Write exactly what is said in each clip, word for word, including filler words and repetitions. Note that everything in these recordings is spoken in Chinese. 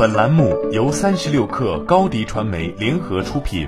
本栏目由三十六氪高迪传媒联合出品。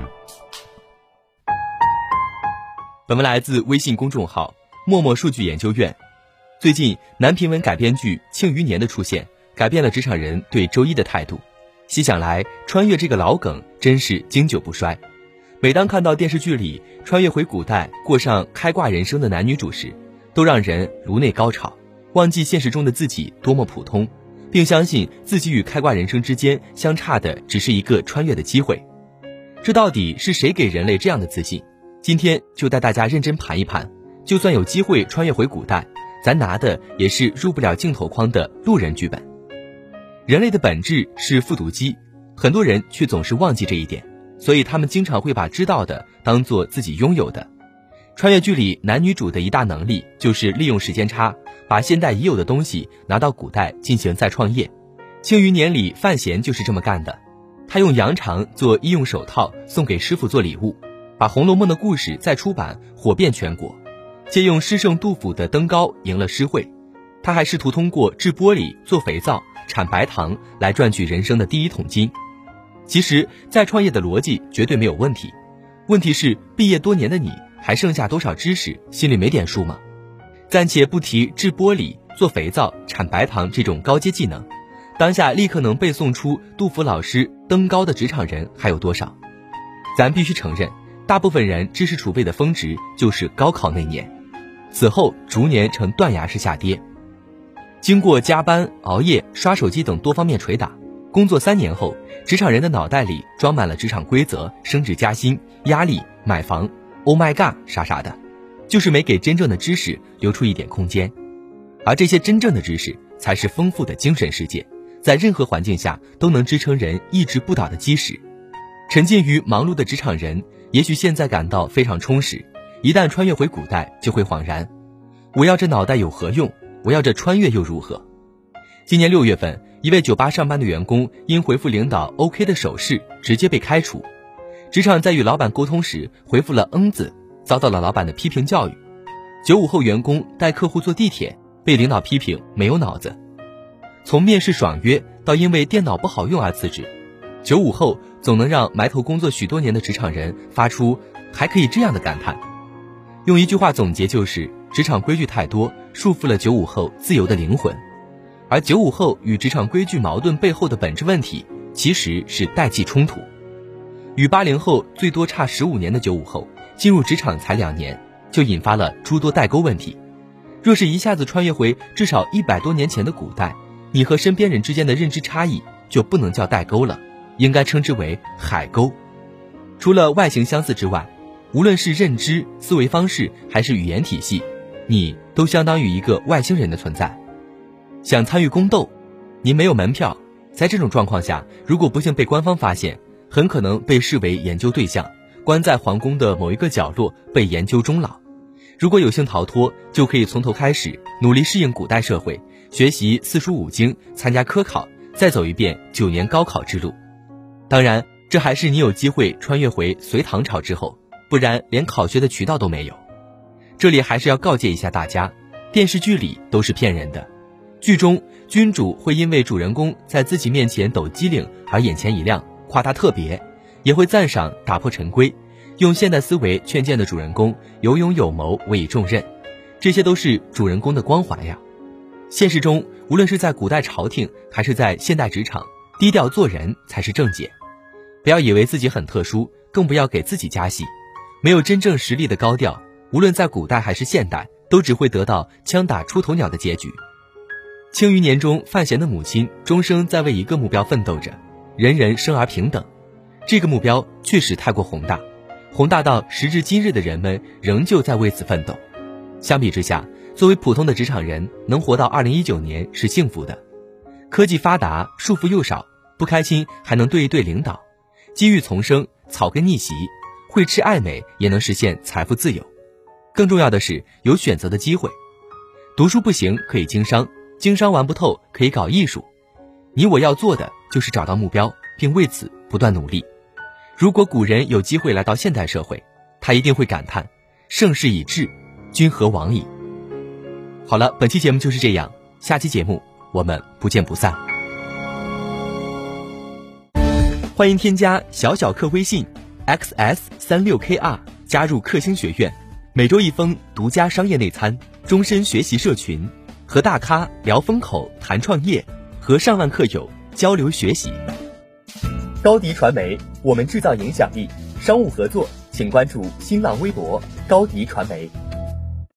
本文来自微信公众号默默数据研究院。最近男频文改编剧《庆余年》的出现，改变了职场人对周一的态度。细想来，穿越这个老梗真是经久不衰。每当看到电视剧里穿越回古代过上开挂人生的男女主时，都让人颅内高潮，忘记现实中的自己多么普通，并相信自己与开挂人生之间相差的只是一个穿越的机会。这到底是谁给人类这样的自信？今天就带大家认真盘一盘，就算有机会穿越回古代，咱拿的也是入不了镜头框的路人剧本。人类的本质是复读机，很多人却总是忘记这一点，所以他们经常会把知道的当作自己拥有的。穿越剧里男女主的一大能力就是利用时间差，把现代已有的东西拿到古代进行再创业。庆余年里范闲就是这么干的，他用羊肠做医用手套送给师傅做礼物，把《红楼梦》的故事再出版，火遍全国。借用诗圣杜甫的登高赢了诗会，他还试图通过制玻璃、做肥皂、产白糖来赚取人生的第一桶金。其实再创业的逻辑绝对没有问题，问题是毕业多年的你还剩下多少知识，心里没点数吗？暂且不提制玻璃、做肥皂、产白糖这种高阶技能，当下立刻能背诵出杜甫老师登高的职场人还有多少？咱必须承认，大部分人知识储备的峰值就是高考那年，此后逐年呈断崖式下跌。经过加班、熬夜、刷手机等多方面捶打，工作三年后，职场人的脑袋里装满了职场规则、升职加薪、压力、买房 Oh my god 啥啥的，就是没给真正的知识留出一点空间。而这些真正的知识才是丰富的精神世界，在任何环境下都能支撑人一直不倒的基石。沉浸于忙碌的职场人也许现在感到非常充实，一旦穿越回古代就会恍然，我要这脑袋有何用？我要这穿越又如何？今年六月份，一位酒吧上班的员工因回复领导 OK 的手势直接被开除。职场在与老板沟通时回复了嗯字，遭到了老板的批评教育。九五后员工带客户坐地铁，被领导批评没有脑子。从面试爽约到因为电脑不好用而辞职，九五后总能让埋头工作许多年的职场人发出还可以这样的感叹。用一句话总结就是，职场规矩太多，束缚了九五后自由的灵魂。而九五后与职场规矩矛盾背后的本质问题，其实是代际冲突。与八零后最多差十五年的九五后，进入职场才两年，就引发了诸多代沟问题。若是一下子穿越回至少一百多年前的古代，你和身边人之间的认知差异就不能叫代沟了，应该称之为海沟。除了外形相似之外，无论是认知、思维方式还是语言体系，你都相当于一个外星人的存在。想参与宫斗，您没有门票，在这种状况下，如果不幸被官方发现，很可能被视为研究对象，关在皇宫的某一个角落被研究终老。如果有幸逃脱，就可以从头开始，努力适应古代社会，学习四书五经，参加科考，再走一遍九年高考之路。当然，这还是你有机会穿越回隋唐朝之后，不然连考学的渠道都没有。这里还是要告诫一下大家，电视剧里都是骗人的。剧中君主会因为主人公在自己面前抖机灵而眼前一亮，夸他特别，也会赞赏打破陈规，用现代思维劝谏的主人公有勇有谋，委以重任，这些都是主人公的光环呀。现实中，无论是在古代朝廷还是在现代职场，低调做人才是正解。不要以为自己很特殊，更不要给自己加戏。没有真正实力的高调，无论在古代还是现代，都只会得到枪打出头鸟的结局。庆余年中，范闲的母亲终生在为一个目标奋斗着，人人生而平等。这个目标确实太过宏大，宏大到时至今日的人们仍旧在为此奋斗。相比之下，作为普通的职场人，能活到二零一九年是幸福的。科技发达，束缚又少，不开心还能对一对领导，机遇丛生，草根逆袭，会吃爱美也能实现财富自由。更重要的是有选择的机会。读书不行可以经商，经商玩不透可以搞艺术。你我要做的就是找到目标，并为此不断努力。如果古人有机会来到现代社会，他一定会感叹盛世已至，君何往矣。好了，本期节目就是这样，下期节目我们不见不散。 欢迎添加小小客微信 X S 三六 K R 加入克星学院，每周一封独家商业内参，终身学习社群，和大咖聊风口谈创业，和上万客友交流学习。高迪传媒，我们制造影响力。商务合作请关注新浪微博高迪传媒。